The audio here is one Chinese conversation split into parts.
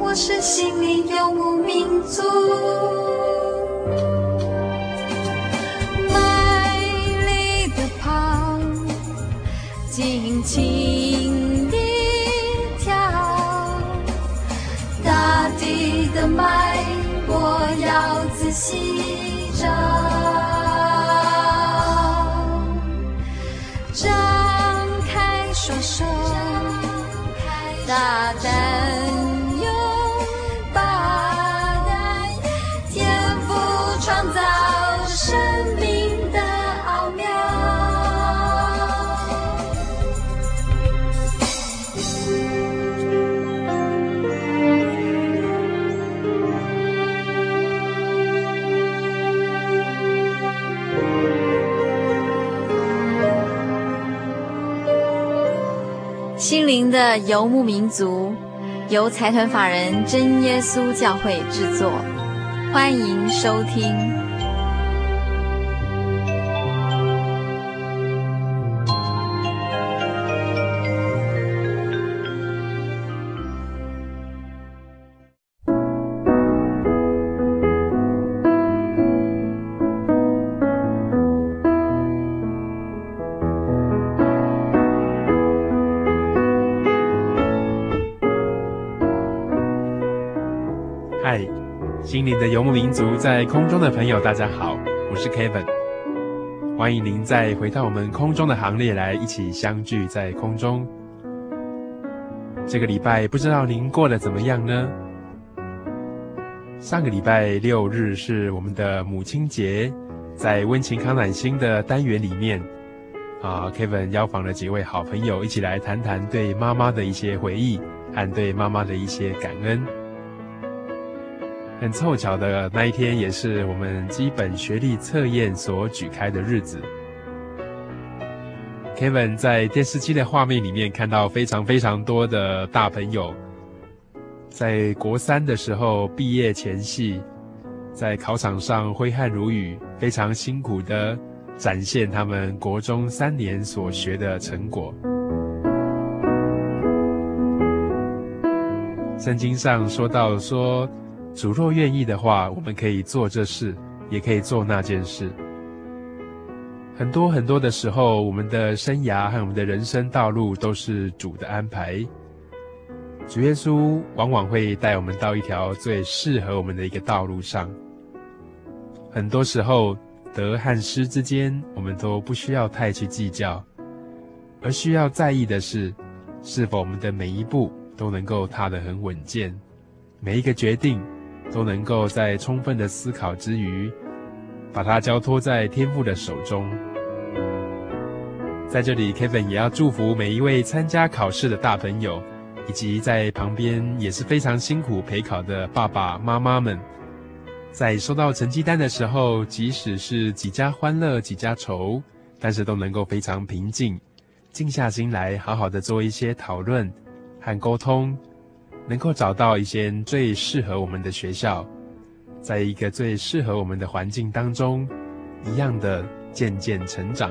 我是心灵游牧民族。卖力的跑，尽情地跳，大地的脉搏要仔细找，张开双手，大胆拥抱，天赋创造生命的奥妙。心灵的游牧民族，由财团法人真耶稣教会制作，欢迎收听。 嗨，心灵的游牧民族在空中的朋友大家好，我是 Kevin， 欢迎您再回到我们空中的行列来一起相聚在空中。这个礼拜不知道您过得怎么样呢？上个礼拜6日是我们的母亲节，在温情康乃馨的单元里面Kevin 邀访了几位好朋友一起来谈谈对妈妈的一些回忆和对妈妈的一些感恩。很凑巧的那一天也是我们基本学历测验所举开的日子。Kevin 在电视机的画面里面看到非常非常多的大朋友，在国3的时候毕业前夕，在考场上挥汗如雨，非常辛苦的展现他们国中3年所学的成果。圣经上说到说，主若愿意的话，我们可以做这事，也可以做那件事。很多很多的时候，我们的生涯和我们的人生道路都是主的安排。主耶稣往往会带我们到一条最适合我们的一个道路上。很多时候，得和失之间，我们都不需要太去计较，而需要在意的是，是否我们的每一步都能够踏得很稳健，每一个决定都能够在充分的思考之余，把它交托在天父的手中。在这里 Kevin 也要祝福每一位参加考试的大朋友，以及在旁边也是非常辛苦陪考的爸爸妈妈们，在收到成绩单的时候，即使是几家欢乐几家愁，但是都能够非常平静，静下心来好好的做一些讨论和沟通，能够找到一些最适合我们的学校，在一个最适合我们的环境当中，一样的渐渐成长。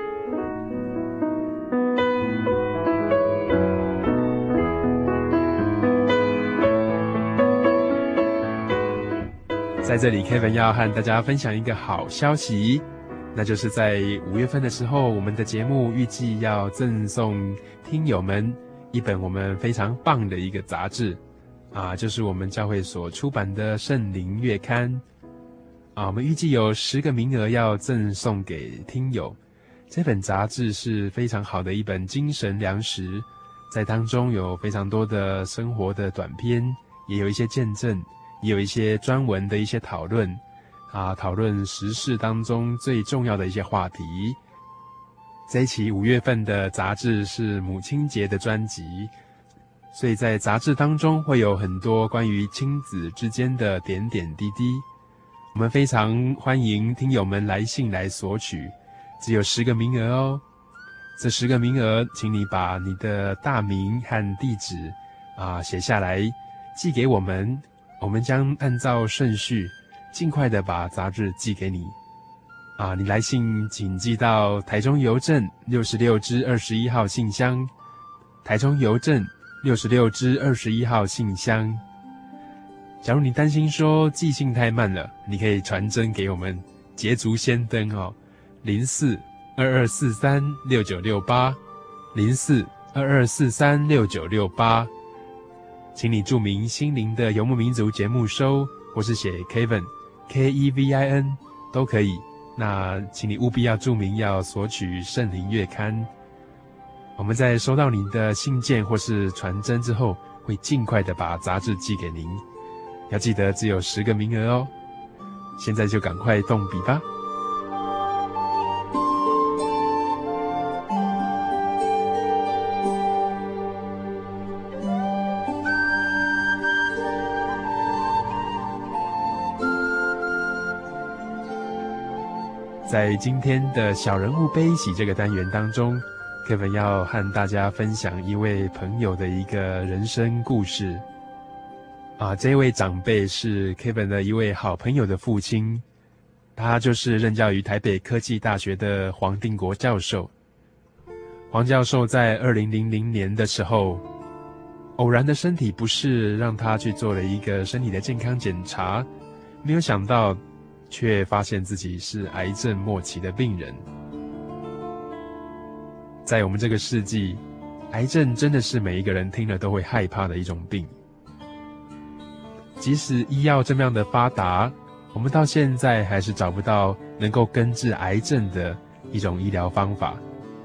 在这里 Kevin 要和大家分享一个好消息，那就是在5月份的时候，我们的节目预计要赠送听友们一本我们非常棒的一个杂志就是我们教会所出版的圣灵月刊我们预计有10个名额要赠送给听友。这本杂志是非常好的一本精神粮食，在当中有非常多的生活的短篇，也有一些见证，也有一些专文的一些讨论讨论时事当中最重要的一些话题。这一期5月份的杂志是母亲节的专辑，所以在杂志当中会有很多关于亲子之间的点点滴滴。我们非常欢迎听友们来信来索取，只有10个名额哦。这10个名额，请你把你的大名和地址写下来寄给我们，我们将按照顺序尽快的把杂志寄给你你来信请寄到台中邮政66支21号信箱，台中邮政66支21号信箱。 假如你担心说寄信太慢了，你可以传真给我们，捷足先登哦，04-2243-6968 04-2243-6968，请你注明心灵的游牧民族节目收，或是写 Kevin Kevin 都可以。那请你务必要注明要索取圣灵月刊。我们在收到您的信件或是传真之后，会尽快的把杂志寄给您。要记得只有10个名额哦，现在就赶快动笔吧。在今天的小人物悲喜这个单元当中，Kevin 要和大家分享一位朋友的一个人生故事。这位长辈是 Kevin 的一位好朋友的父亲，他就是任教于台北科技大学的黄定国教授。黄教授在2000年的时候，偶然的身体不适让他去做了一个身体的健康检查，没有想到却发现自己是癌症末期的病人。在我们这个世纪，癌症真的是每一个人听了都会害怕的一种病。即使医药这么样的发达，我们到现在还是找不到能够根治癌症的一种医疗方法。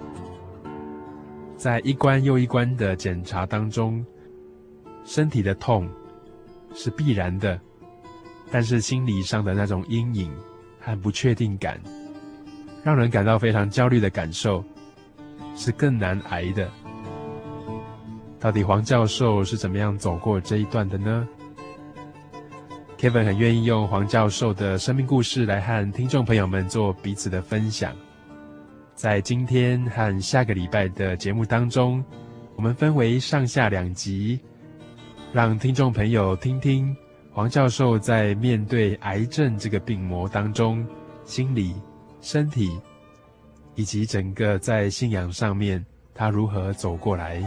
在一关又一关的检查当中，身体的痛是必然的，但是心理上的那种阴影和不确定感，让人感到非常焦虑的感受，是更难挨的。到底黄教授是怎么样走过这一段的呢？ Kevin 很愿意用黄教授的生命故事来和听众朋友们做彼此的分享。在今天和下个礼拜的节目当中，我们分为上下2集，让听众朋友听听黄教授在面对癌症这个病魔当中，心理、身体以及整个在信仰上面他如何走过来。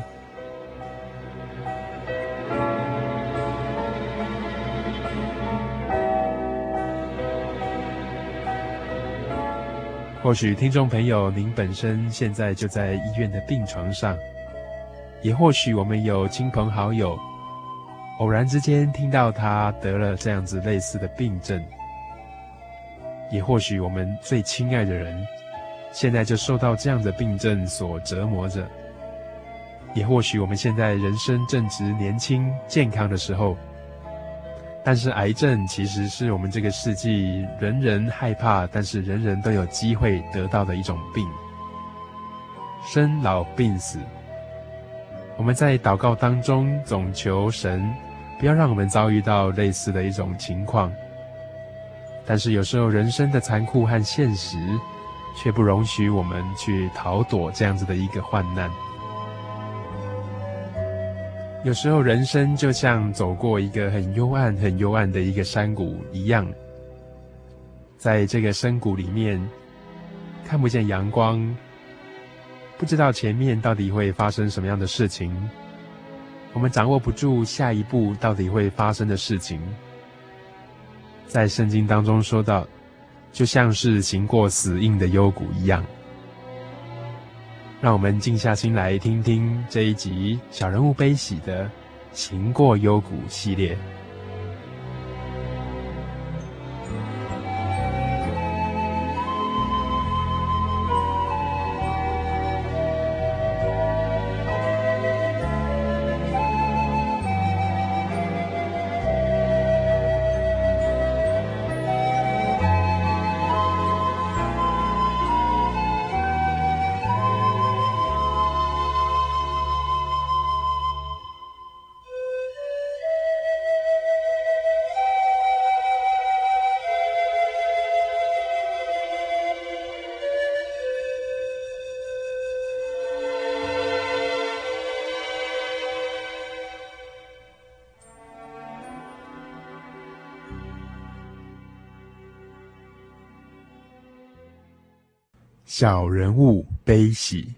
或许听众朋友您本身现在就在医院的病床上，也或许我们有亲朋好友偶然之间听到他得了这样子类似的病症，也或许我们最亲爱的人现在就受到这样的病症所折磨着，也或许我们现在人生正值年轻健康的时候，但是癌症其实是我们这个世纪人人害怕，但是人人都有机会得到的一种病。生老病死，我们在祷告当中总求神不要让我们遭遇到类似的一种情况，但是有时候人生的残酷和现实却不容许我们去逃躲这样子的一个患难。有时候人生就像走过一个很幽暗很幽暗的一个山谷一样，在这个深谷里面看不见阳光，不知道前面到底会发生什么样的事情，我们掌握不住下一步到底会发生的事情。在圣经当中说到，就像是行过死荫的幽谷一样。让我们静下心来听听这一集小人物悲喜的行过幽谷系列。小人物悲喜。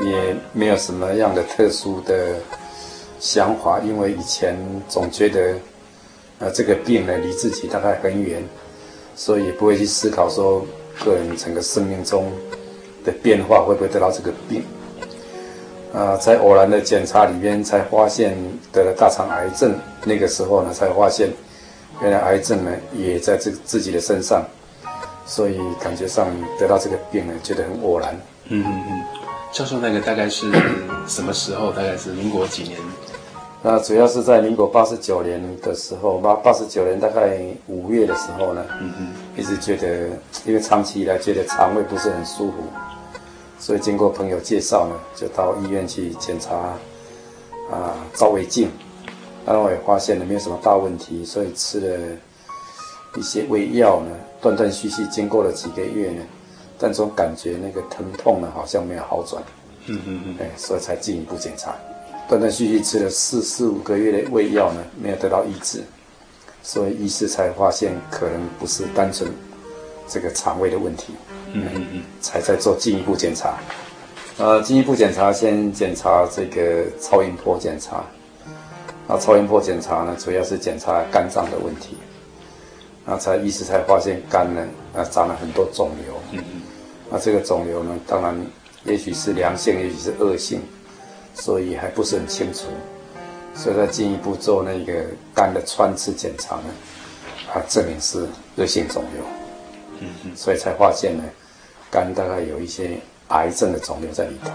也没有什么样的特殊的想法，因为以前总觉得这个病呢离自己大概很远，所以也不会去思考说个人整个生命中的变化会不会得到这个病。在偶然的检查里面才发现得了大肠癌症，那个时候呢才发现原来癌症呢也在自己的身上，所以感觉上得到这个病呢觉得很偶然。 教授那个大概是什么时候？大概是民国几年？ 主要是在民国89年的时候，89年大概5月的时候呢，一直觉得因为长期以来觉得肠胃不是很舒服，所以经过朋友介绍呢，就到医院去检查照胃镜，然后我也发现了没有什么大问题，所以吃了一些胃药呢，断断续续经过了几个月呢，但总感觉那个疼痛呢好像没有好转，所以才进一步检查。断断续续吃了4、5个月的胃药呢，没有得到医治，所以医师才发现可能不是单纯这个肠胃的问题，才在做进一步检查。进一步检查先检查这个超音波检查，超音波检查呢主要是检查肝脏的问题，医师才发现肝呢长了很多肿瘤，这个肿瘤呢当然也许是良性，也许是恶性。所以还不是很清楚，所以再进一步做那个肝的穿刺检查呢，证明是恶性肿瘤，所以才发现呢，肝大概有一些癌症的肿瘤在里头。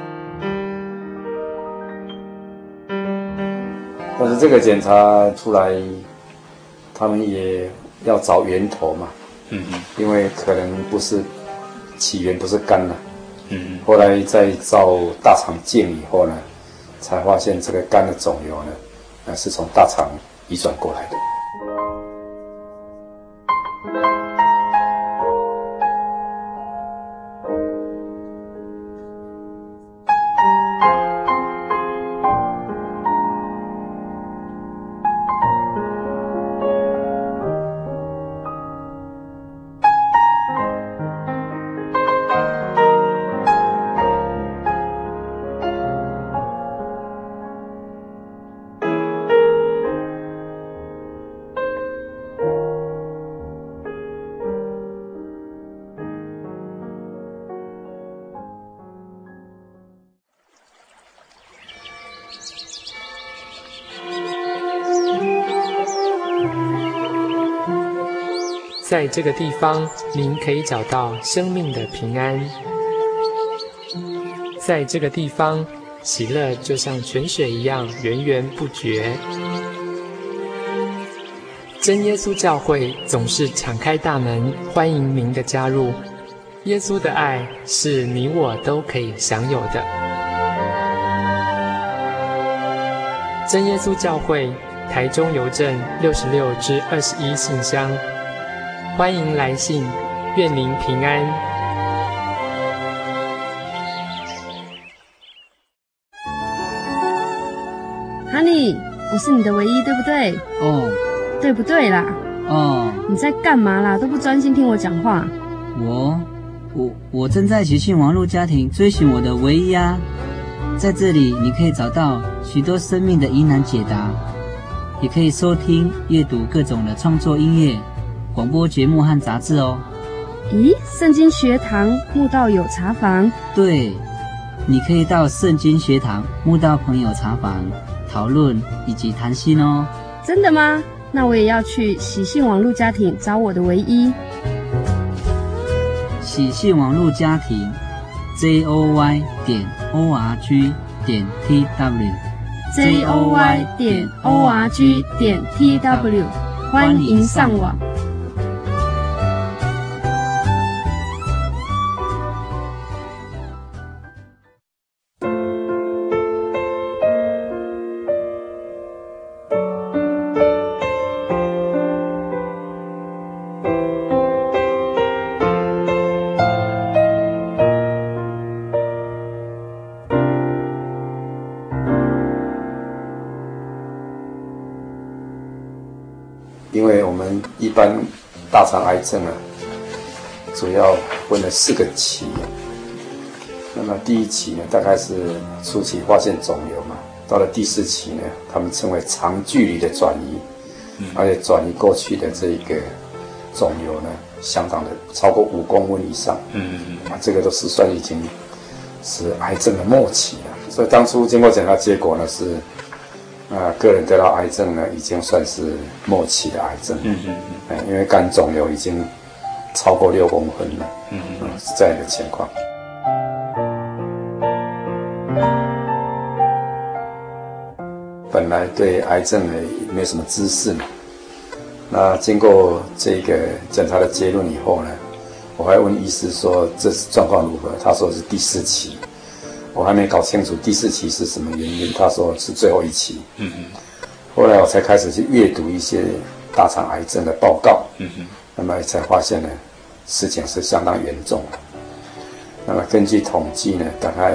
但是这个检查出来，他们也要找源头嘛，因为可能不是起源不是肝了。后来在照大肠镜以后呢，才发现这个肝的肿瘤呢，是从大肠移转过来的。 在这个地方，您可以找到生命的平安。在这个地方，喜乐就像泉水一样源源不绝。真耶稣教会总是敞开大门，欢迎您的加入。耶稣的爱是你我都可以享有的。真耶稣教会，台中邮政66-21信箱。欢迎来信，愿您平安。 Honey， 我是你的唯一，对不对？ 哦。 对不对啦？ 哦。 你在干嘛啦？都不专心听我讲话。 我正在喜讯网络家庭追寻我的唯一啊！在这里，你可以找到许多生命的疑难解答，也可以收听、阅读各种的创作音乐。广播节目和杂志哦。 咦，圣经学堂慕道友茶房？ 对，你可以到圣经学堂慕道朋友茶房讨论以及谈心哦。 真的吗？那我也要去喜讯网络家庭找我的唯一。 喜讯网络家庭 joy.org.tw joy.org.tw 欢迎上网。 因为我们一般大肠癌症主要分了4个期， 那么第1期呢，大概是初期发现肿瘤嘛，到了第4期呢，他们称为长距离的转移，而且转移过去的这个肿瘤呢，相当的超过5公分以上，这个都是算已经是癌症的末期了。所以当初经过检查结果呢是，个人得到癌症呢已经算是末期的癌症，因为肝肿瘤已经超过6公分了，是这样的情况。本来对癌症呢没有什么知识嘛，那经过这个检查的结论以后呢，我还问医师说这状况如何，他说是第4期，我还没搞清楚第4期是什么原因，他说是最后1期。后来我才开始去阅读一些大肠癌症的报告，那么才发现呢事情是相当严重的。那么根据统计呢，大概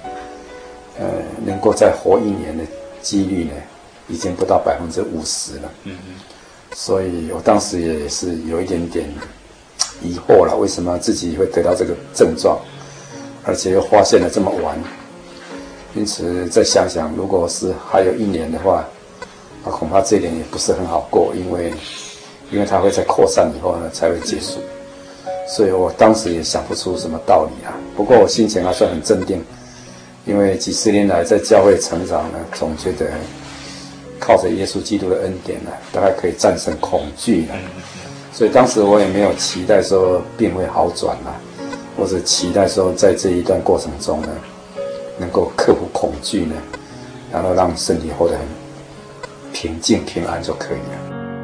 能够再活1年的几率呢，已经不到50%了。所以我当时也是有一点点疑惑了，为什么自己会得到这个症状，而且又发现了这么晚。因此再想想，如果是还有1年的话，恐怕这一点也不是很好过，因为它会在扩散以后呢才会结束。所以我当时也想不出什么道理啊。不过我心情还算很镇定，因为几十年来在教会成长呢，总觉得靠着耶稣基督的恩典呢，大概可以战胜恐惧了。所以当时我也没有期待说病会好转啊，或者期待说在这一段过程中呢，能够克服恐惧呢，然后让身体活得很平静平安就可以了。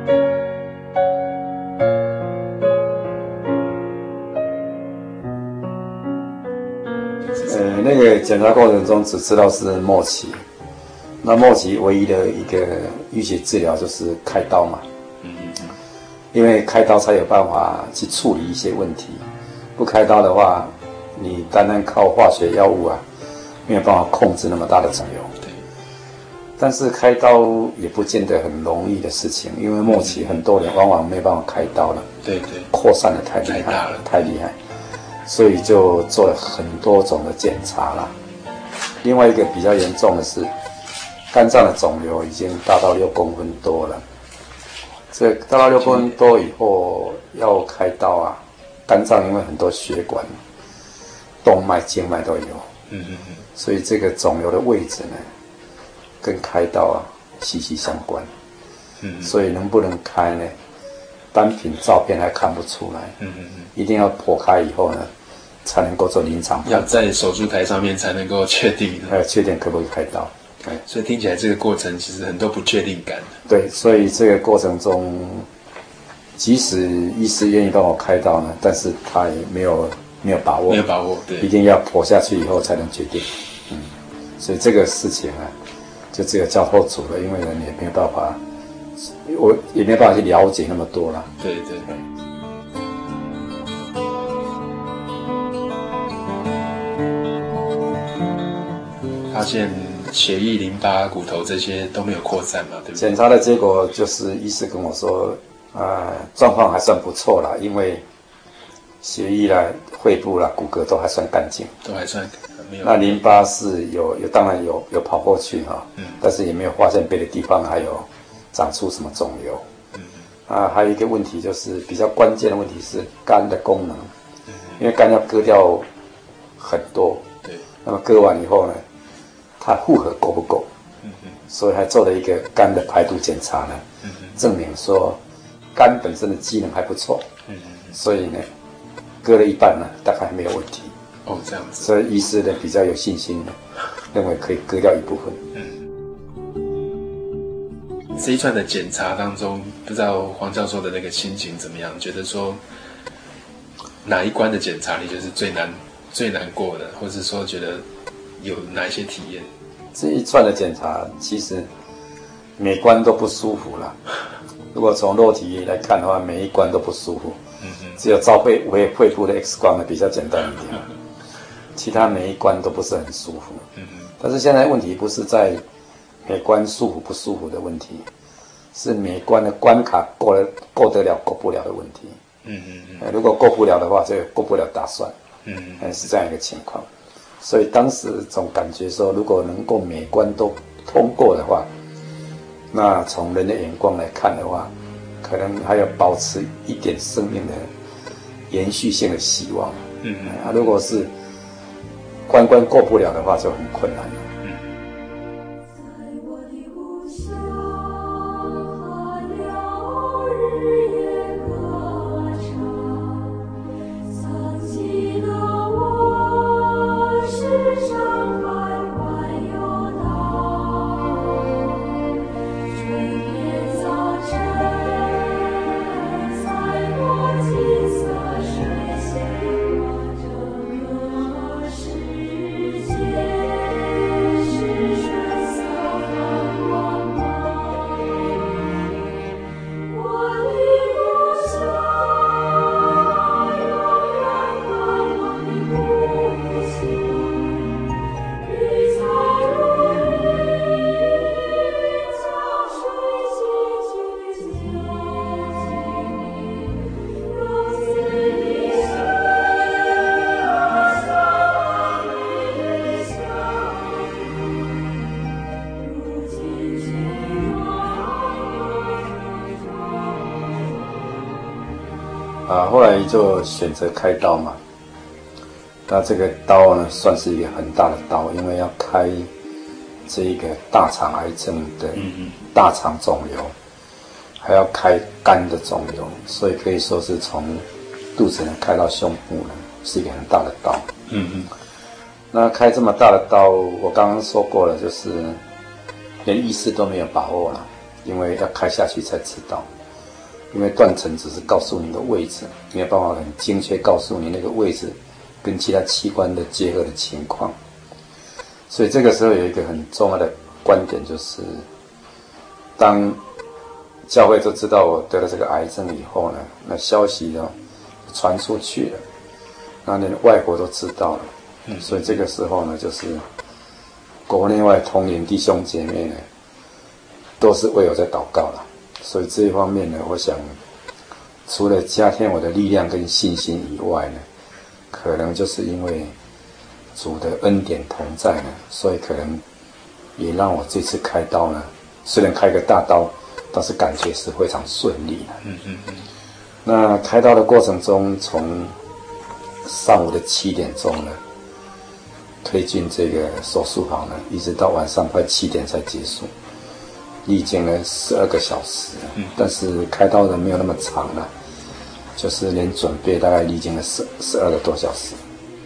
那个检查过程中只知道是末期，那末期唯一的一个预期治疗就是开刀嘛，因为开刀才有办法去处理一些问题，不开刀的话，你单单靠化学药物啊，没有办法控制那么大的肿瘤。但是开刀也不见得很容易的事情，因为末期很多人往往没办法开刀了，扩散的太厉害了，太厉害。所以就做了很多种的检查啦。另外一个比较严重的是，肝脏的肿瘤已经大到6公分多了。这大到6公分多以后要开刀啊，肝脏因为很多血管、动脉、静脉都有，所以这个肿瘤的位置呢，跟开刀啊息息相关。所以能不能开呢？单凭照片还看不出来，一定要剖开以后呢，才能够做临床判断， 要在手术台上面才能够确定， 确定可不可以开刀。 所以听起来这个过程其实很多不确定感。 对，所以这个过程中，即使医师愿意帮我开刀呢，但是他也没有把握，对，一定要剖下去以后才能决定。所以这个事情啊，就只有交后主了，因为人也没有办法。我也没办法去了解那么多啦。 对。发现血液、淋巴、骨头这些都没有扩散嘛，对不对？ 检查的结果就是医师跟我说，状况还算不错啦，因为血液啦、肺部啦、骨骼都还算干净， 都还算没有。 那淋巴是当然有跑过去哈，但是也没有发现别的地方还有长出什么肿瘤。还有一个问题就是比较关键的问题是肝的功能，因为肝要割掉很多，那么割完以后呢，它负荷够不够？所以还做了一个肝的排毒检查呢，证明说肝本身的机能还不错，所以呢，割了一半呢，大概还没有问题。 这样子。 所以医师呢比较有信心呢，认为可以割掉一部分。 这一串的检查当中，不知道黄教授的那个心情怎么样？觉得说哪一关的检查你就是最难过的，或者说觉得有哪一些体验？ 这一串的检查其实每关都不舒服啦。如果从肉体来看的话，每一关都不舒服。只有照肺部的 X 光呢比较简单一点，其他每一关都不是很舒服。但是现在问题不是在每关舒服不舒服的问题，是每关的关卡过得了过不了的问题。如果过不了的话，就过不了打算。是这样一个情况。 所以当时总感觉说，如果能够每关都通过的话，那从人的眼光来看的话，可能还有保持一点生命的延续性的希望。如果是关过不了的话，就很困难了。后来就选择开刀嘛。那这个刀呢，算是一个很大的刀，因为要开这一个大肠癌症的大肠肿瘤，还要开肝的肿瘤，所以可以说是从肚子呢开到胸部呢，是一个很大的刀。那开这么大的刀，我刚刚说过了，就是连医师都没有把握了，因为要开下去才知道。因为断层只是告诉你的位置，没有办法很精确告诉你那个位置跟其他器官的结合的情况。所以这个时候有一个很重要的观点，就是当教会都知道我得了这个癌症以后呢，那消息呢传出去了，那连外国都知道了。所以这个时候呢，就是国内外同龄弟兄姐妹呢，都是为我在祷告了。所以这一方面呢，我想除了加添我的力量跟信心以外呢，可能就是因为主的恩典同在呢，所以可能也让我这次开刀呢，虽然开个大刀，但是感觉是非常顺利的。那开刀的过程中，从上午的7点钟呢，推进这个手术房呢，一直到晚上快7点才结束。历经了12个小时，但是开刀的没有那么长了，就是连准备大概历经了12个多小时。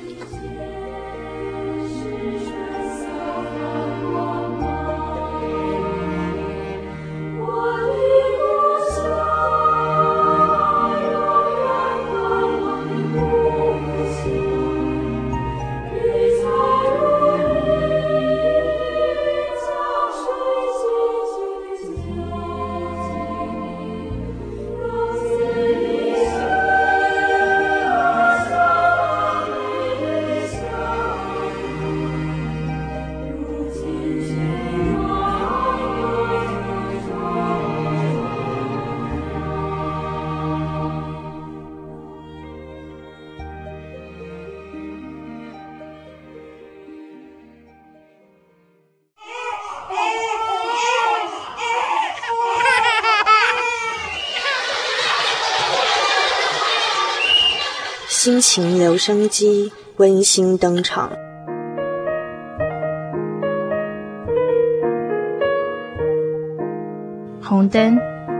心情留声机温馨登场。 红灯。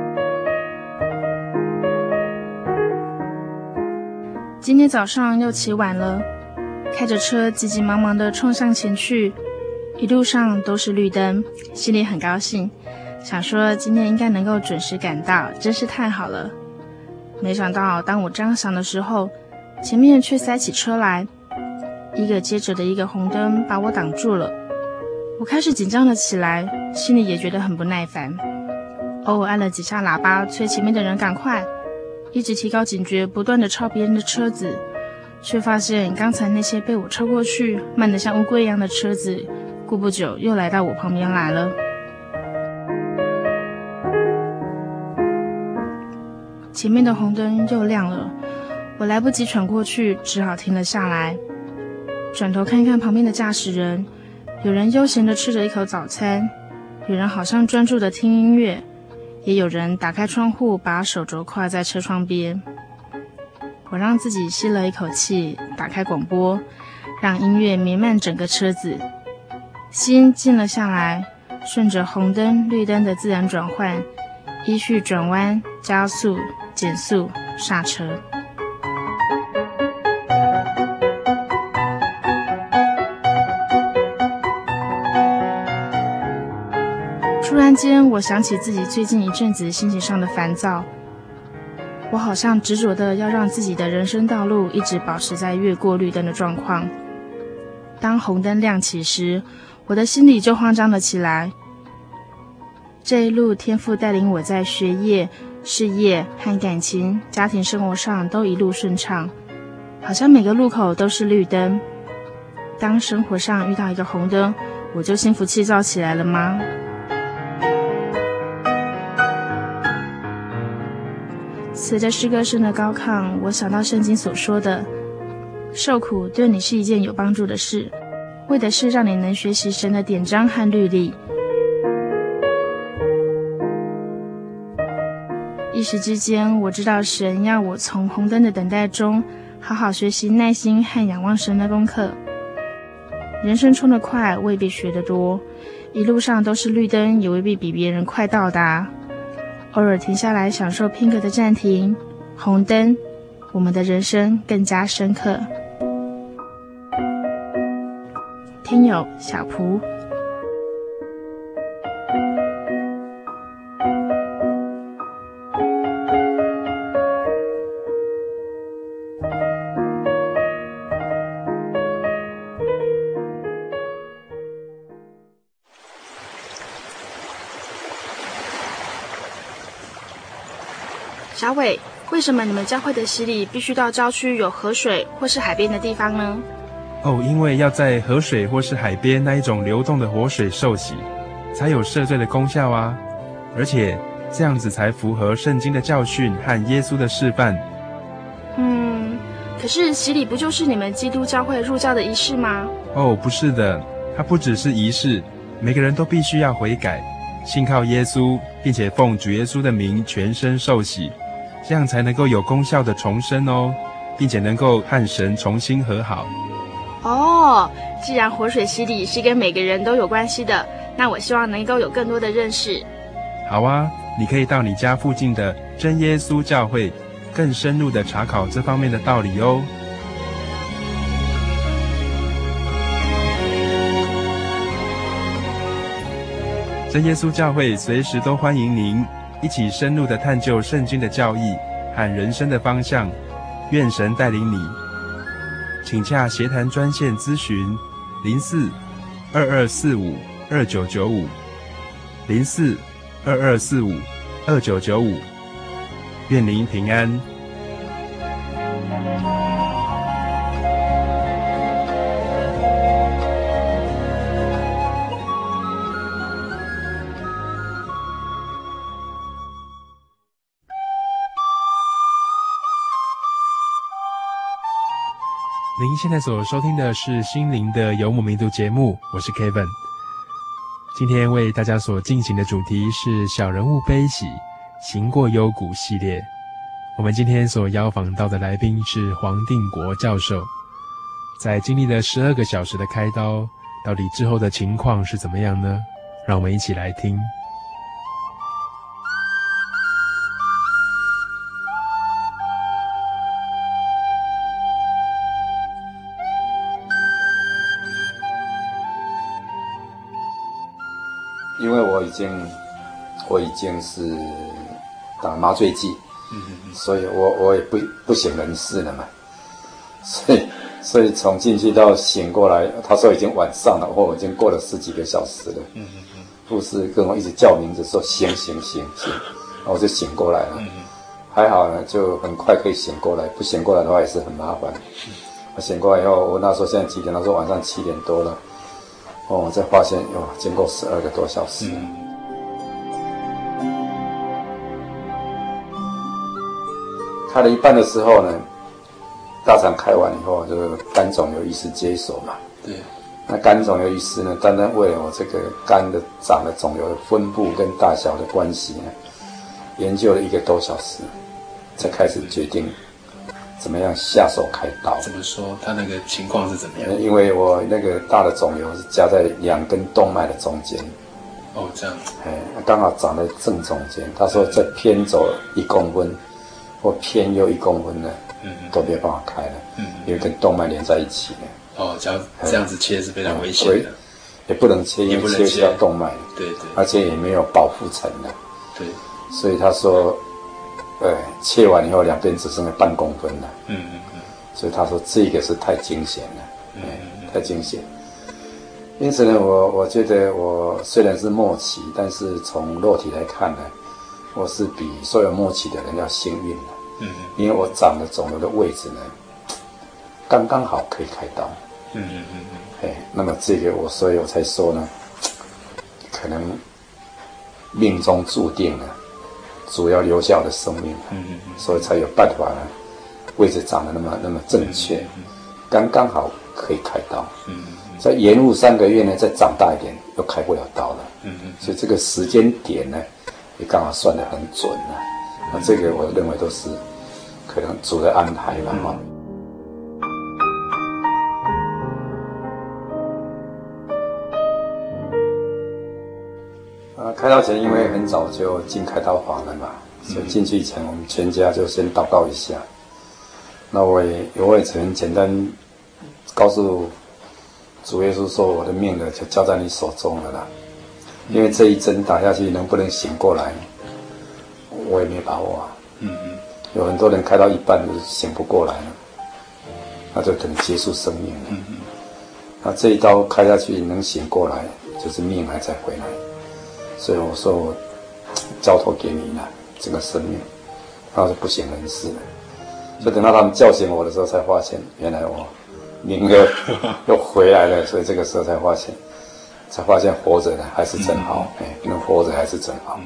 今天早上又起晚了，开着车急急忙忙地冲上前去，一路上都是绿灯，心里很高兴，想说今天应该能够准时赶到，真是太好了。没想到当我这样想的时候，前面却塞起车来，一个接着的一个红灯把我挡住了。我开始紧张了起来，心里也觉得很不耐烦，偶尔按了几下喇叭催前面的人赶快，一直提高警觉，不断地超别人的车子，却发现刚才那些被我超过去慢得像乌龟一样的车子，过不久又来到我旁边来了。前面的红灯又亮了，我来不及喘过去，只好停了下来。 转头看看旁边的驾驶人，有人悠闲地吃着一口早餐，有人好像专注地听音乐，也有人打开窗户，把手肘跨在车窗边。我让自己吸了一口气，打开广播，让音乐弥漫整个车子，心静了下来，顺着红灯绿灯的自然转换，依序转弯、加速、减速、刹车。突然间，我想起自己最近一阵子心情上的烦躁，我好像执着的要让自己的人生道路一直保持在越过绿灯的状况。当红灯亮起时，我的心里就慌张了起来。这一路天父带领我在学业、事业和感情、家庭生活上都一路顺畅，好像每个路口都是绿灯。当生活上遇到一个红灯，我就心浮气躁起来了吗？随着诗歌声的高亢，我想到圣经所说的，受苦对你是一件有帮助的事，为的是让你能学习神的典章和律例。一时之间，我知道神要我从红灯的等待中好好学习耐心和仰望神的功课。人生冲得快，未必学得多，一路上都是绿灯，也未必比别人快到达。偶尔停下来享受片刻的暂停，红灯，我们的人生更加深刻。听友小蒲。小伟，为什么你们教会的洗礼必须到郊区有河水或是海边的地方呢？ 因为要在河水或是海边那一种流动的活水受洗，才有赦罪的功效啊！而且这样子才符合圣经的教训和耶稣的示范。 可是洗礼不就是你们基督教会入教的仪式吗？ 不是的，它不只是仪式，每个人都必须要悔改，信靠耶稣，并且奉主耶稣的名全身受洗，这样才能够有功效的重生哦，并且能够和神重新和好。 既然活水洗礼是跟每个人都有关系的，那我希望能够有更多的认识。 好啊，你可以到你家附近的真耶稣教会，更深入的查考这方面的道理哦。真耶稣教会随时都欢迎您一起深入的探究圣经的教义和人生的方向，愿神带领你。请洽协谈专线咨询04-2245-2995 04-2245-2995，愿您平安。您现在所收听的是心灵的游牧民族节目，我是 Kevin。 今天为大家所进行的主题是小人物悲喜行过幽谷系列。我们今天所邀访到的来宾是黄定国教授。在经历了12个小时的开刀，到底之后的情况是怎么样呢？让我们一起来听。 因为我已经是打麻醉剂，所以我也不省人事了嘛，所以从进去到醒过来，他说已经晚上了，我已经过了10几个小时了。护士跟我一直叫名字说醒，我就醒过来了。还好呢，就很快可以醒过来，不醒过来的话也是很麻烦。我醒过来以后，我那时候现在几点？他说晚上7点多了。我才发现经过12个多小时。开了一半的时候呢， 大肠开完以后，这个肝肿瘤医师接手嘛。 对。 那肝肿瘤医师呢，单单为了我这个肝的长的肿瘤的分布跟大小的关系呢，研究了1个多小时，才开始决定怎么样下手开刀。 怎么说？他那个情况是怎么样？ 因为我那个大的肿瘤是夹在2根动脉的中间。 哦，这样子。 刚好长在正中间。他说再偏走1公分，或偏右1公分呢，都没有办法开了。因为跟动脉连在一起呢。 哦，这样子切是非常危险的。 也不能切，因为切是要动脉的。 对。 而且也没有保护层的。 对。 所以他说，切完以后2边只剩下半公分了。所以他说这个是太惊险了。太惊险。因此呢，我觉得我虽然是末期，但是从肉体来看呢，我是比所有末期的人要幸运的。因为我长的肿瘤的位置呢，刚刚好可以开刀。那么这个所以我才说呢，可能命中注定了，主要留下我的生命。所以才有办法呢，位置长得那么正确，刚刚好可以开刀。再延误3个月呢，再长大一点又开不了刀了。所以这个时间点呢，也刚好算得很准了。那这个我认为都是可能主的安排吧。开刀前因为很早就进开刀房了嘛，所以进去以前我们全家就先祷告一下。那我也只能简单告诉主耶稣说，我的命呢就交在你手中了啦。因为这一针打下去能不能醒过来，我也没把握啊。有很多人开到一半就醒不过来了，那就等结束生命了。那这一刀开下去能醒过来，就是命还在回来。所以我说我交托给你了这个生命，他是不省人事的。所以等到他们叫醒我的时候，才发现原来我命又回来了。所以这个时候才发现活着呢还是真好，能活着还是真好。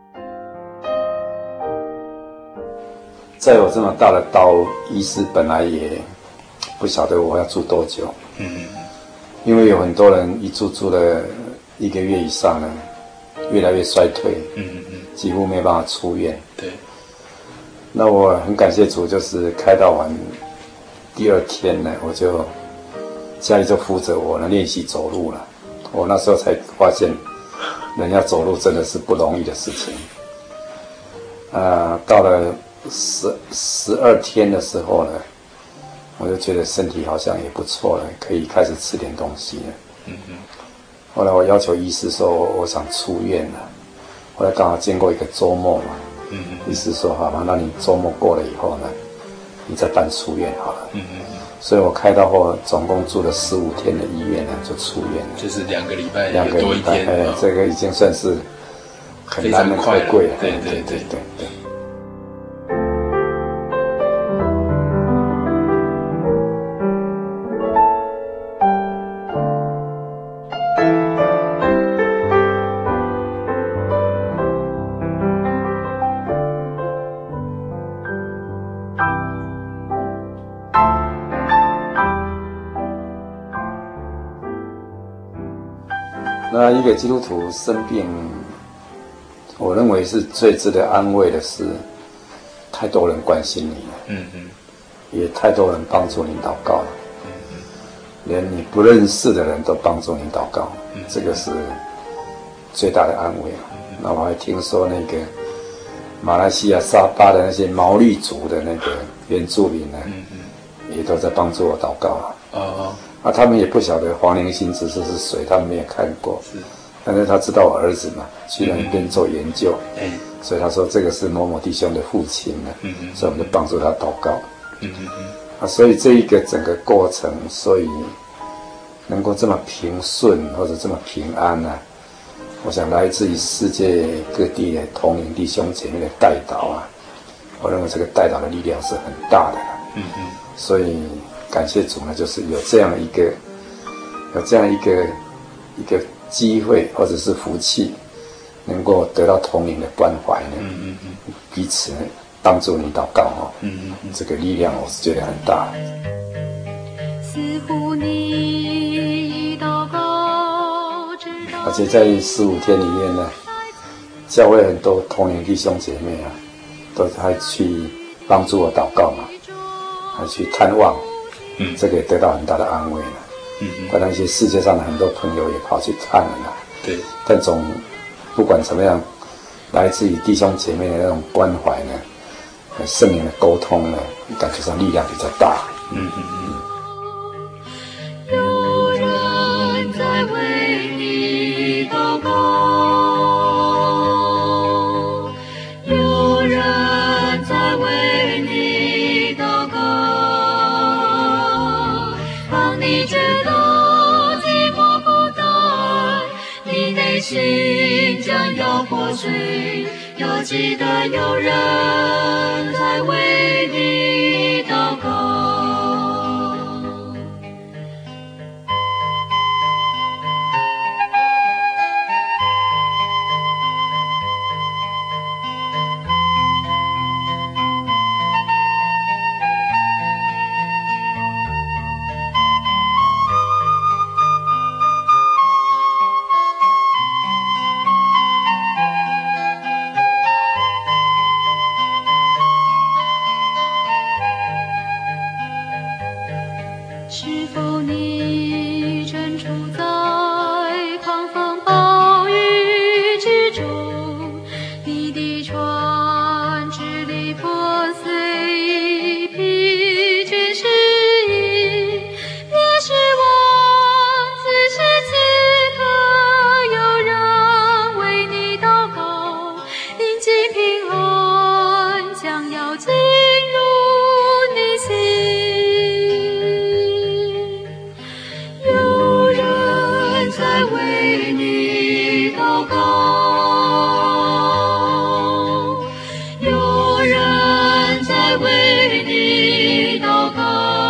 再有这么大的刀，医师本来也不晓得我要住多久。因为有很多人一住了1个月以上呢，越来越衰退，几乎没办法出院。 对。 那我很感谢主，就是开刀完第2天呢，我就家里就扶着我呢练习走路了。我那时候才发现，人要走路真的是不容易的事情。到了12天的时候呢，我就觉得身体好像也不错了，可以开始吃点东西了。后来我要求医师说我想出院了，后来刚好经过一个周末嘛，医师说好吧，那你周末过了以后呢，你再办出院好了。所以我开刀后总共住了15天的医院呢，就出院了。 就是2个礼拜 ，2个礼拜，这个已经算是很难能可贵了。对。那一个基督徒生病，我认为是最值得安慰的是，太多人关心你了，也太多人帮助你祷告了，连你不认识的人都帮助你祷告，这个是最大的安慰啊。那我还听说那个马来西亚沙巴的那些毛利族的那个原住民呢，也都在帮助我祷告啊。他们也不晓得黄灵心执事是谁，他们没有看过，但是他知道我儿子嘛，去那边做研究，所以他说这个是某某弟兄的父亲呢，所以我们就帮助他祷告。所以这一个整个过程，所以能够这么平顺或者这么平安呢，我想来自于世界各地的同龄弟兄姐妹的代祷啊，我认为这个代祷的力量是很大的了。所以感谢主呢，就是有这样一个机会或者是福气，能够得到同龄的关怀呢，彼此呢帮助你祷告哦。这个力量我是觉得很大。 似乎你祷告知道， 而且在15天里面呢，教会很多同龄弟兄姐妹啊，都还去帮助我祷告嘛，还去探望，这个也得到很大的安慰了。当然一些世界上的很多朋友也跑去看了啦。对，但不管怎么样，来自于弟兄姐妹的那种关怀呢，圣灵的沟通呢，感觉上力量比较大。 有人在为你祷告，有人在为你祷告，当你觉得寂寞孤单，你内心将要破碎，要记得有人在为你祷告。是否你正处在狂风暴雨之中，你的船支离破碎，疲倦失意，别失望，此时此刻有人为你祷告，宁静平安将要进入你心。在为你祷告，有人在为你祷告，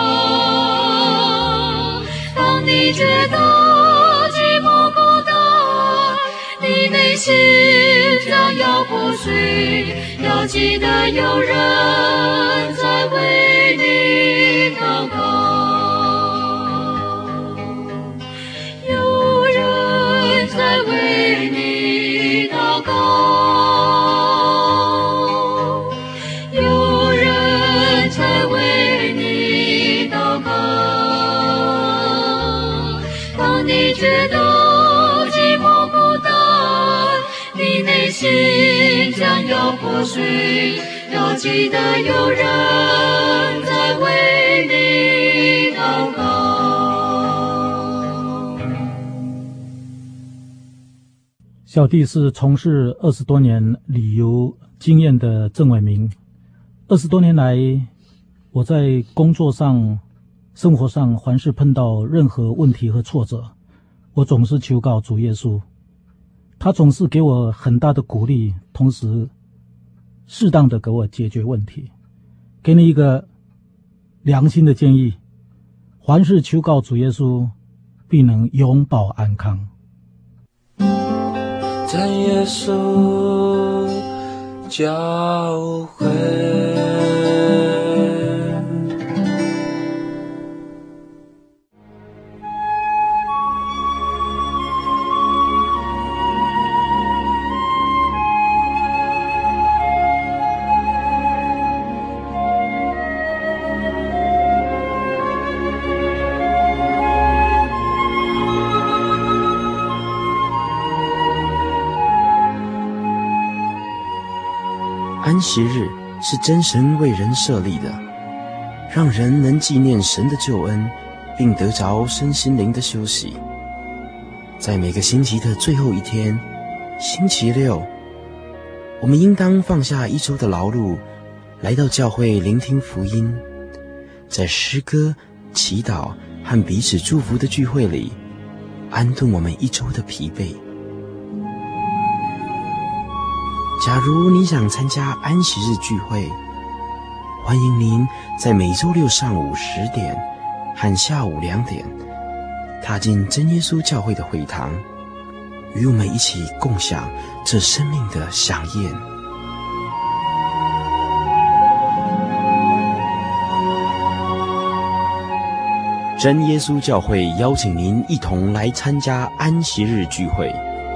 当你觉得寂寞孤单，你内心将要破碎，要记得有人在为你祷告。在为你祷告，有人在为你祷告，当你觉得寂寞孤单，你内心将要破碎，要记得有人在为你祷告。 小弟是从事20多年旅游经验的郑伟明。20多年来，我在工作上、生活上，凡是碰到任何问题和挫折，我总是求告主耶稣。他总是给我很大的鼓励，同时适当的给我解决问题。给你一个良心的建议：凡是求告主耶稣，必能永保安康。 在耶稣教会， 安息日是真神为人设立的，让人能纪念神的救恩，并得着身心灵的休息。在每个星期的最后一天，星期六，我们应当放下一周的劳碌，来到教会聆听福音，在诗歌、祈祷和彼此祝福的聚会里，安顿我们一周的疲惫。假如你想参加安息日聚会，欢迎您在每周六上午10点和下午2点踏进真耶稣教会的会堂，与我们一起共享这生命的飨宴。 真耶稣教会邀请您一同来参加安息日聚会。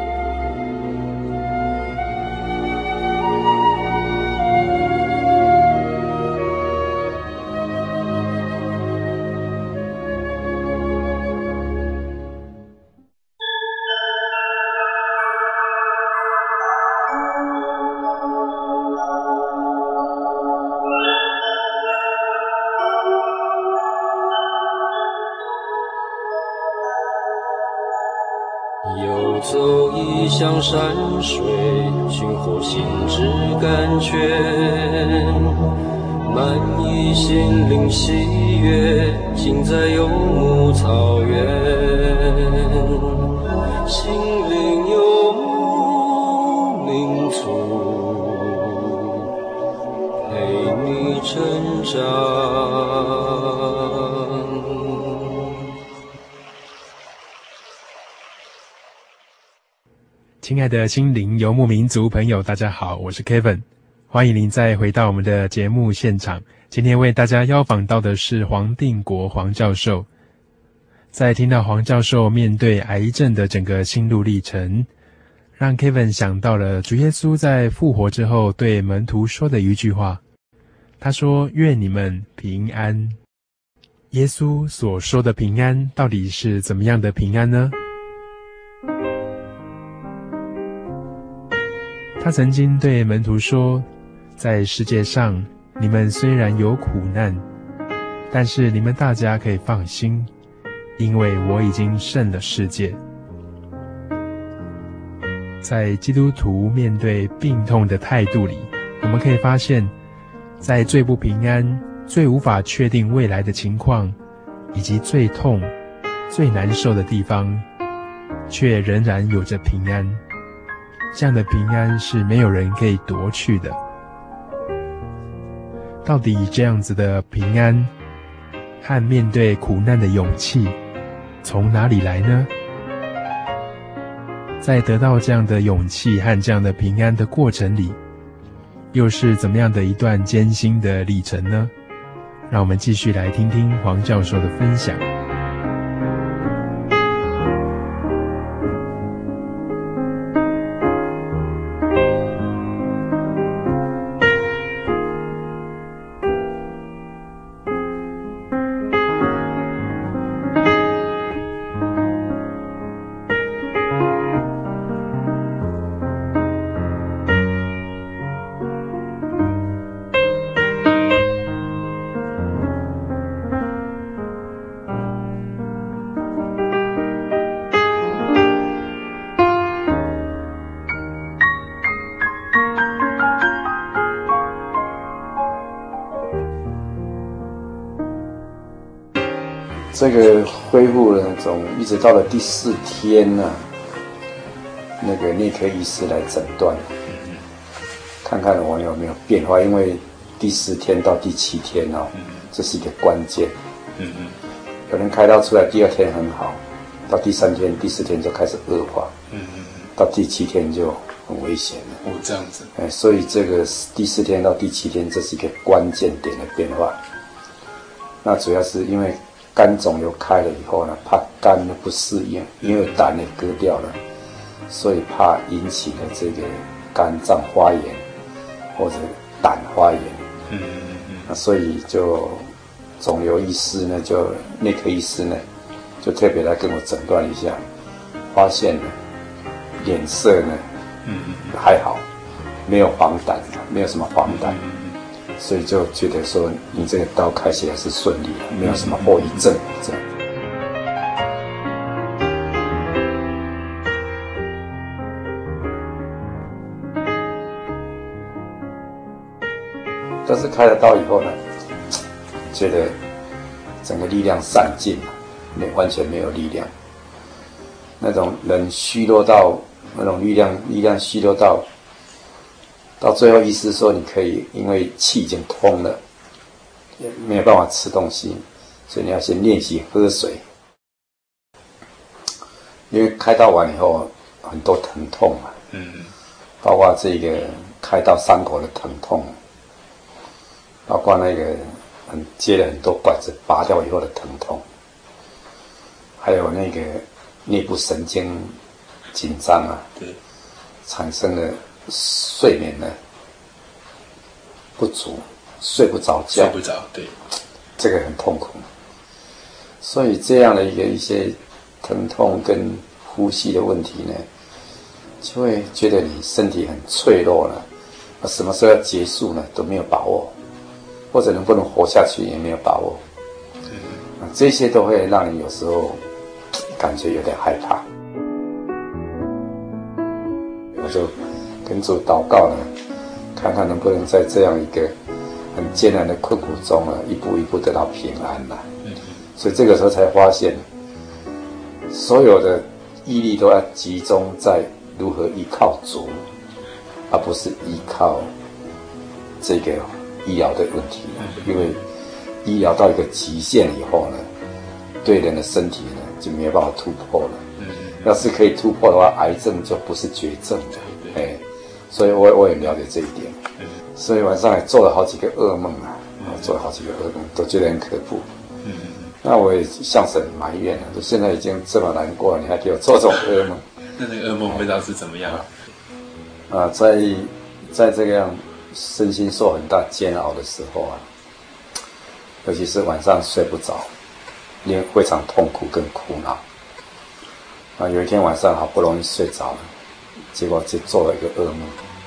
游走异乡山水，寻获心之甘泉，满溢心灵喜悦，尽在游牧草原。心灵游牧民族，陪你成长。 亲爱的心灵游牧民族朋友，大家好，我是 Kevin， 欢迎您再回到我们的节目现场。今天为大家邀访到的是黄定国黄教授。在听到黄教授面对癌症的整个心路历程，让 Kevin 想到了主耶稣在复活之后对门徒说的一句话，他说：愿你们平安。耶稣所说的平安到底是怎么样的平安呢？他曾经对门徒说，在世界上你们虽然有苦难，但是你们大家可以放心，因为我已经胜了世界。在基督徒面对病痛的态度里，我们可以发现，在最不平安、最无法确定未来的情况，以及最痛、最难受的地方，却仍然有着平安。这样的平安是没有人可以夺去的。到底这样子的平安和面对苦难的勇气从哪里来呢？在得到这样的勇气和这样的平安的过程里，又是怎么样的一段艰辛的历程呢？让我们继续来听听黄教授的分享。 这个恢复呢，一直到了第4天呢，那个内科医师来诊断，看看我有没有变化。因为第4天到第7天哦，这是一个关键。有人开刀出来第2天很好，到第3天、第4天就开始恶化，到第7天就很危险了。 这样子。 所以这个第4天到第7天，这是一个关键点的变化。那主要是因为肝肿瘤开了以后呢，怕肝的不适应，因为胆也割掉了，所以怕引起的这个肝脏发炎或者胆发炎。那所以就肿瘤医师呢，就内科医师呢，就特别来跟我诊断一下，发现呢脸色呢还好，没有黄疸，没有什么黄疸。所以就觉得说，你这个刀开起来是顺利的，没有什么后遗症这样。但是开了刀以后呢，觉得整个力量散尽了，完全没有力量，那种人虚弱到那种力量虚弱到最后医师说，你可以因为气已经通了，也没有办法吃东西，所以你要先练习喝水。因为开刀完以后很多疼痛嘛，包括这个开刀伤口的疼痛，包括那个接了很多管子拔掉以后的疼痛， 还有那个内部神经紧张啊， 对， 产生了睡眠呢不足，睡不着觉， 睡不着，对， 这个很痛苦。所以这样的一些疼痛跟呼吸的问题呢，就会觉得你身体很脆弱了，什么时候要结束呢都没有把握，或者能不能活下去也没有把握。这些都会让你有时候感觉有点害怕。我就跟主祷告呢，看看能不能在这样一个很艰难的困苦中呢，一步一步得到平安啦。所以这个时候才发现，所有的毅力都要集中在如何依靠主，而不是依靠这个医疗的问题。因为医疗到一个极限以后呢，对人的身体呢就没有办法突破了。要是可以突破的话，癌症就不是绝症了。所以我也了解这一点。所以晚上也做了好几个噩梦啊，做了好几个噩梦，都觉得很可怖。那我也向神埋怨了，就现在已经这么难过了，你还给我做这种噩梦。 那个噩梦不知道是怎么样在这个样身心受很大煎熬的时候啊，尤其是晚上睡不着，因为非常痛苦跟苦恼。有一天晚上好不容易睡着了，结果就做了一个噩梦。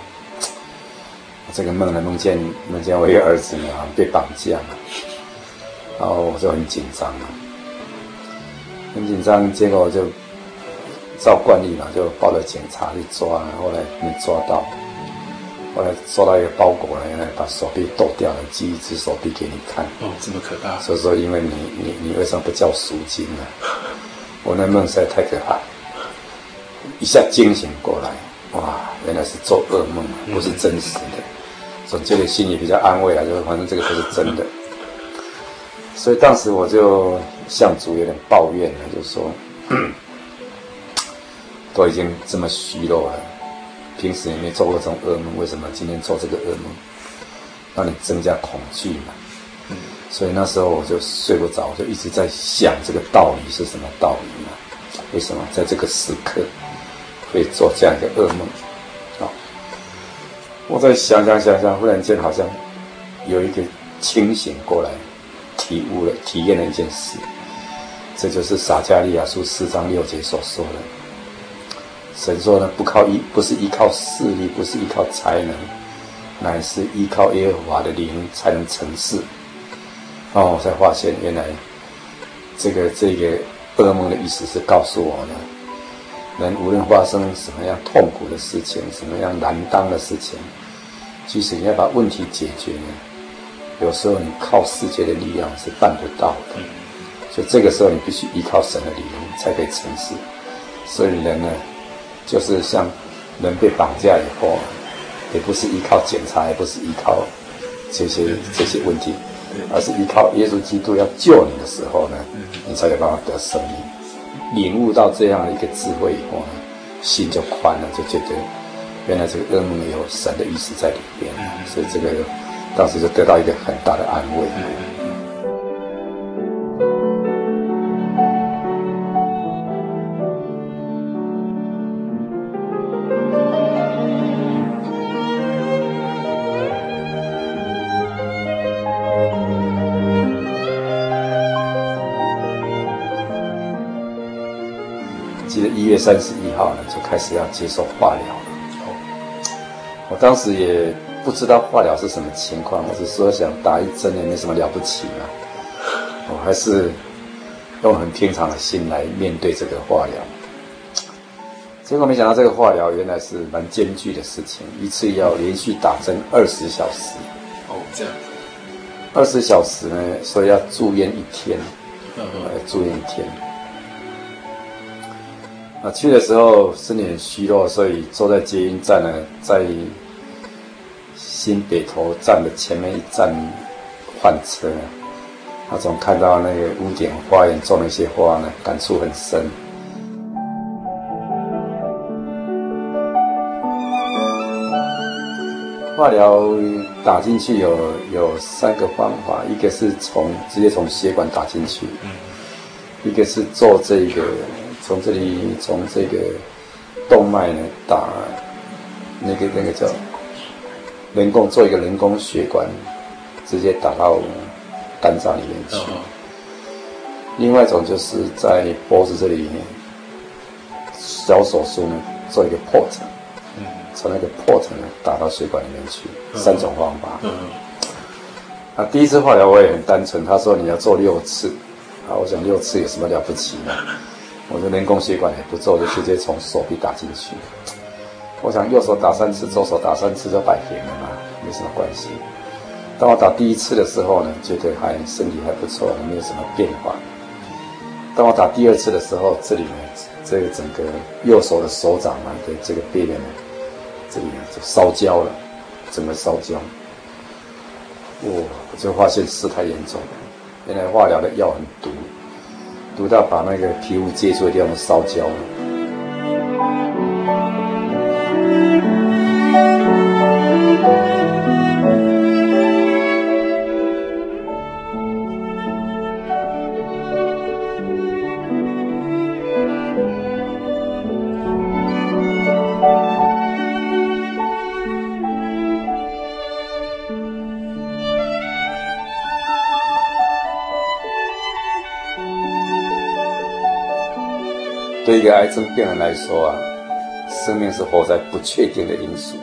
这个梦呢，梦见我一个儿子呢被绑架了，然后我就很紧张了，结果我就照惯例嘛，就报了警察去抓，后来没抓到，后来收到一个包裹呢，原来把手臂剁掉了，寄一只手臂给你看。 这么可怕！ 所以说，因为你为什么不叫赎金呢？我那梦实在太可怕，一下惊醒过来，哇，原来是做噩梦，不是真实的。总觉得心里比较安慰啊，就是反正这个不是真的。所以当时我就向主有点抱怨了，就说都已经这么虚弱了，平时也没做过这种噩梦，为什么今天做这个噩梦，让你增加恐惧嘛？所以那时候我就睡不着，我就一直在想这个道理是什么道理呢？为什么在这个时刻会做这样一个噩梦？我在想，忽然间好像有一个清醒过来，体验了一件事，这就是撒迦利亚书4章6节所说的。神说呢，不是依靠势力，不是依靠才能，乃是依靠耶和华的灵才能成事。我才发现原来这个噩梦的意思是告诉我呢，人无论发生什么样痛苦的事情，什么样难当的事情，即使你要把问题解决呢，有时候你靠世界的力量是办不到的。所以这个时候你必须依靠神的灵才可以成事。所以人呢，就是像人被绑架以后，也不是依靠检查，也不是依靠这些问题，而是依靠耶稣基督要救你的时候呢，你才有办法得生命。领悟到这样的一个智慧以后呢，心就宽了，就觉得原来这个噩梦有神的意思在里边，所以这个当时就得到一个很大的安慰。记得1月31号呢，就开始要接受化疗了。我当时也不知道化疗是什么情况，我只说想打一针也没什么了不起嘛。我还是用很平常的心来面对这个化疗。结果没想到这个化疗原来是蛮艰巨的事情，一次要连续打针20小时。 这样。 20小时呢，所以要住院1天。住院1天。去的时候身体很虚弱，所以坐在捷运站呢，在新北投站的前面一站换车。总看到那个屋顶花园种了一些花呢，感触很深。化疗打进去有3个方法，一个是直接从血管打进去， 一个是做这个从这个动脉呢打那个叫人工做一个人工血管，直接打到肝脏里面去。另外一种就是在脖子这里小手术呢做一个 port， 从那个 port 呢打到血管里面去，3种方法。第一次化疗我也很单纯，他说你要做6次，我想6次有什么了不起呢？我的人工血管也不做，就直接从手臂打进去。我想右手打3次，左手打3次就摆平了嘛，没什么关系。当我打第1次的时候呢，觉得身体还不错，没有什么变化。当我打第2次的时候，这里呢，这个整个右手的手掌啊的这个边缘呢，这里呢就烧焦了，整个烧焦。我就发现事态严重了，原来化疗的药很毒，毒到把那个皮肤接触的地方烧焦了。对一个癌症病人来说啊，生命是活在不确定的因素。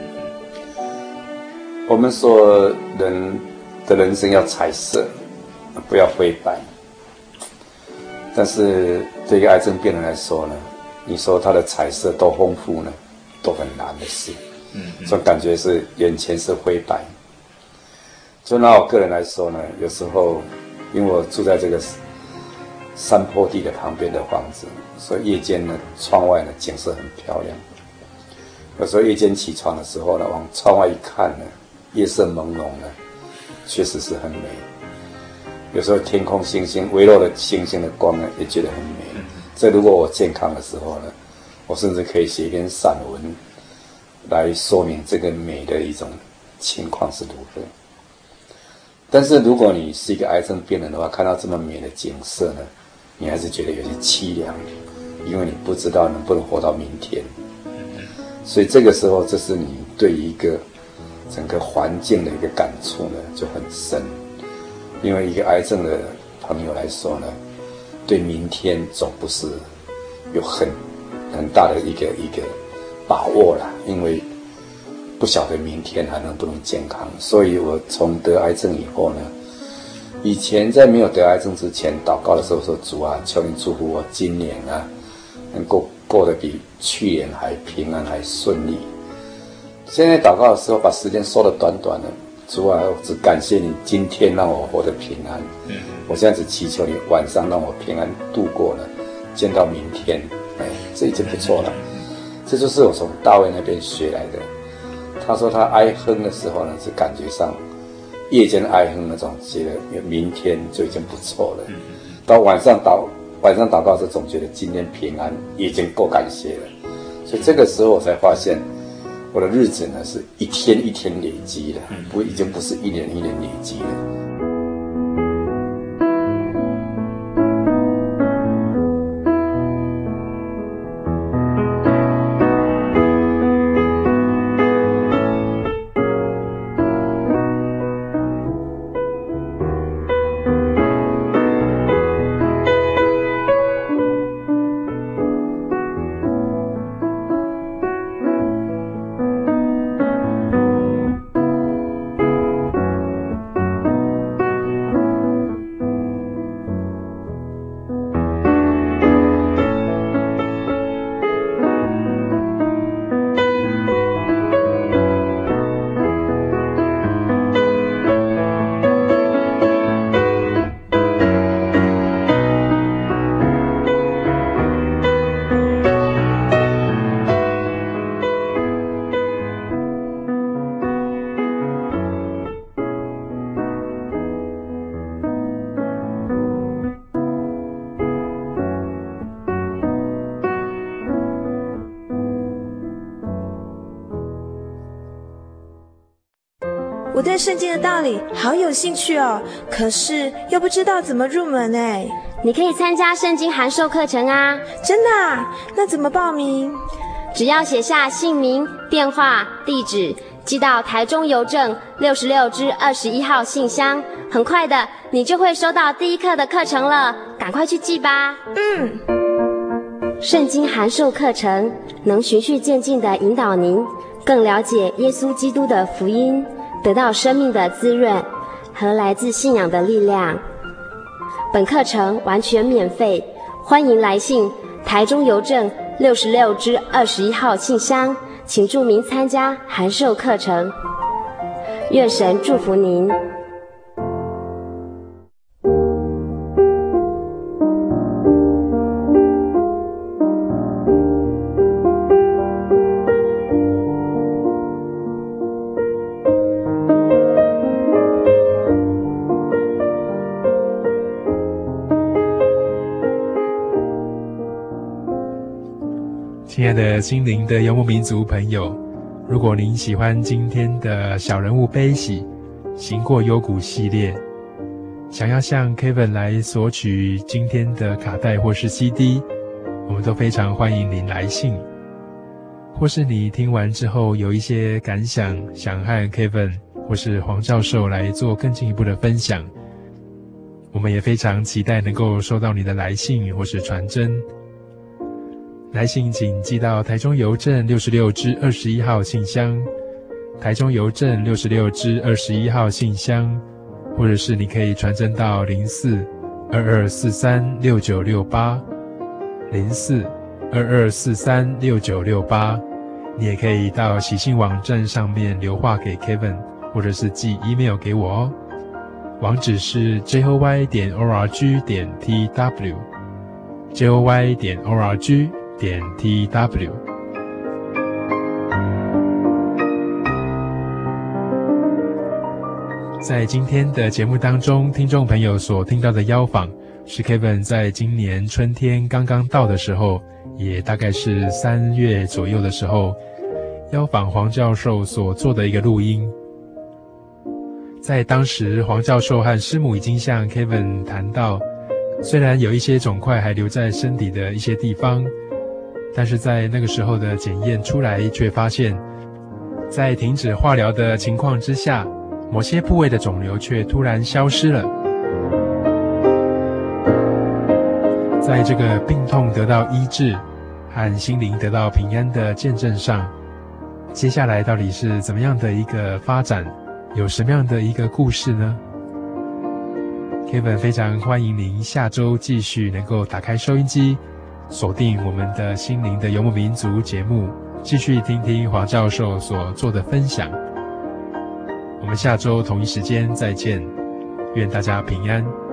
我们说人的人生要彩色，不要灰白。但是对一个癌症病人来说呢，你说他的彩色多丰富呢，都很难的事。这种感觉是眼前是灰白。就拿我个人来说呢，有时候因为我住在这个山坡地的旁边的房子，所以夜间呢，窗外呢景色很漂亮。有时候夜间起床的时候呢，往窗外一看呢，夜色朦胧呢，确实是很美。有时候天空星星微弱的星星的光呢，也觉得很美。这如果我健康的时候呢，我甚至可以写一篇散文来说明这个美的一种情况是如何。但是如果你是一个癌症病人的话，看到这么美的景色呢，你还是觉得有些凄凉，因为你不知道能不能活到明天。所以这个时候，这是你对一个整个环境的一个感触呢，就很深。因为一个癌症的朋友来说呢，对明天总不是有很大的一个把握啦，因为不晓得明天还能不能健康。所以我从得癌症以后呢，以前在没有得癌症之前祷告的时候说，主啊，求你祝福我今年啊能够过得比去年还平安还顺利。现在祷告的时候把时间缩得短短的，主啊，我只感谢你今天让我活得平安。我现在只祈求你晚上让我平安度过了，见到明天。这已经不错了。这就是我从大卫那边学来的。他说他哀哼的时候呢，是感觉上夜间哀哼那种，觉得明天就已经不错了。到晚上祷告时，总觉得今天平安已经够感谢了。所以这个时候我才发现，我的日子呢是一天一天累积的，已经不是一年一年累积了。 我对圣经的道理好有兴趣哦，可是又不知道怎么入门哎。 你可以参加圣经函授课程啊。 真的啊？那怎么报名？ 只要写下姓名、电话、地址，寄到台中邮政66支21号信箱，很快的你就会收到第一课的课程了，赶快去寄吧。圣经函授课程能循序渐进地引导您更了解耶稣基督的福音，得到生命的滋润和来自信仰的力量。本课程完全免费，欢迎来信台中邮政66支21号信箱，请注明参加函授课程。愿神祝福您。 亲爱的心灵的游牧民族朋友，如果您喜欢今天的小人物悲喜行过幽谷系列，想要向 Kevin 来索取今天的卡带或是 CD， 我们都非常欢迎您来信。或是你听完之后有一些感想，想和 Kevin 或是黄教授来做更进一步的分享，我们也非常期待能够收到你的来信或是传真。来信请寄到台中邮政66支21号信箱，台中邮政66支21号信箱，或者是你可以传真到04-2243-6968 04-2243-6968，你也可以到喜信网站上面留话给 Kevin， 或者是寄 email 给我哦。网址是 joy.org.tw joy.org.tw。在今天的节目当中，听众朋友所听到的邀访是 Kevin 在今年春天刚刚到的时候，也大概是3月左右的时候，邀访黄教授所做的一个录音。在当时，黄教授和师母已经向 Kevin 谈到，虽然有一些肿块还留在身体的一些地方，但是在那个时候的检验出来，却发现在停止化疗的情况之下，某些部位的肿瘤却突然消失了。在这个病痛得到医治和心灵得到平安的见证上，接下来到底是怎么样的一个发展，有什么样的一个故事呢？ Kevin 非常欢迎您下周继续能够打开收音机，锁定我们的心灵的游牧民族节目，继续听听黄教授所做的分享。我们下周同一时间再见，愿大家平安。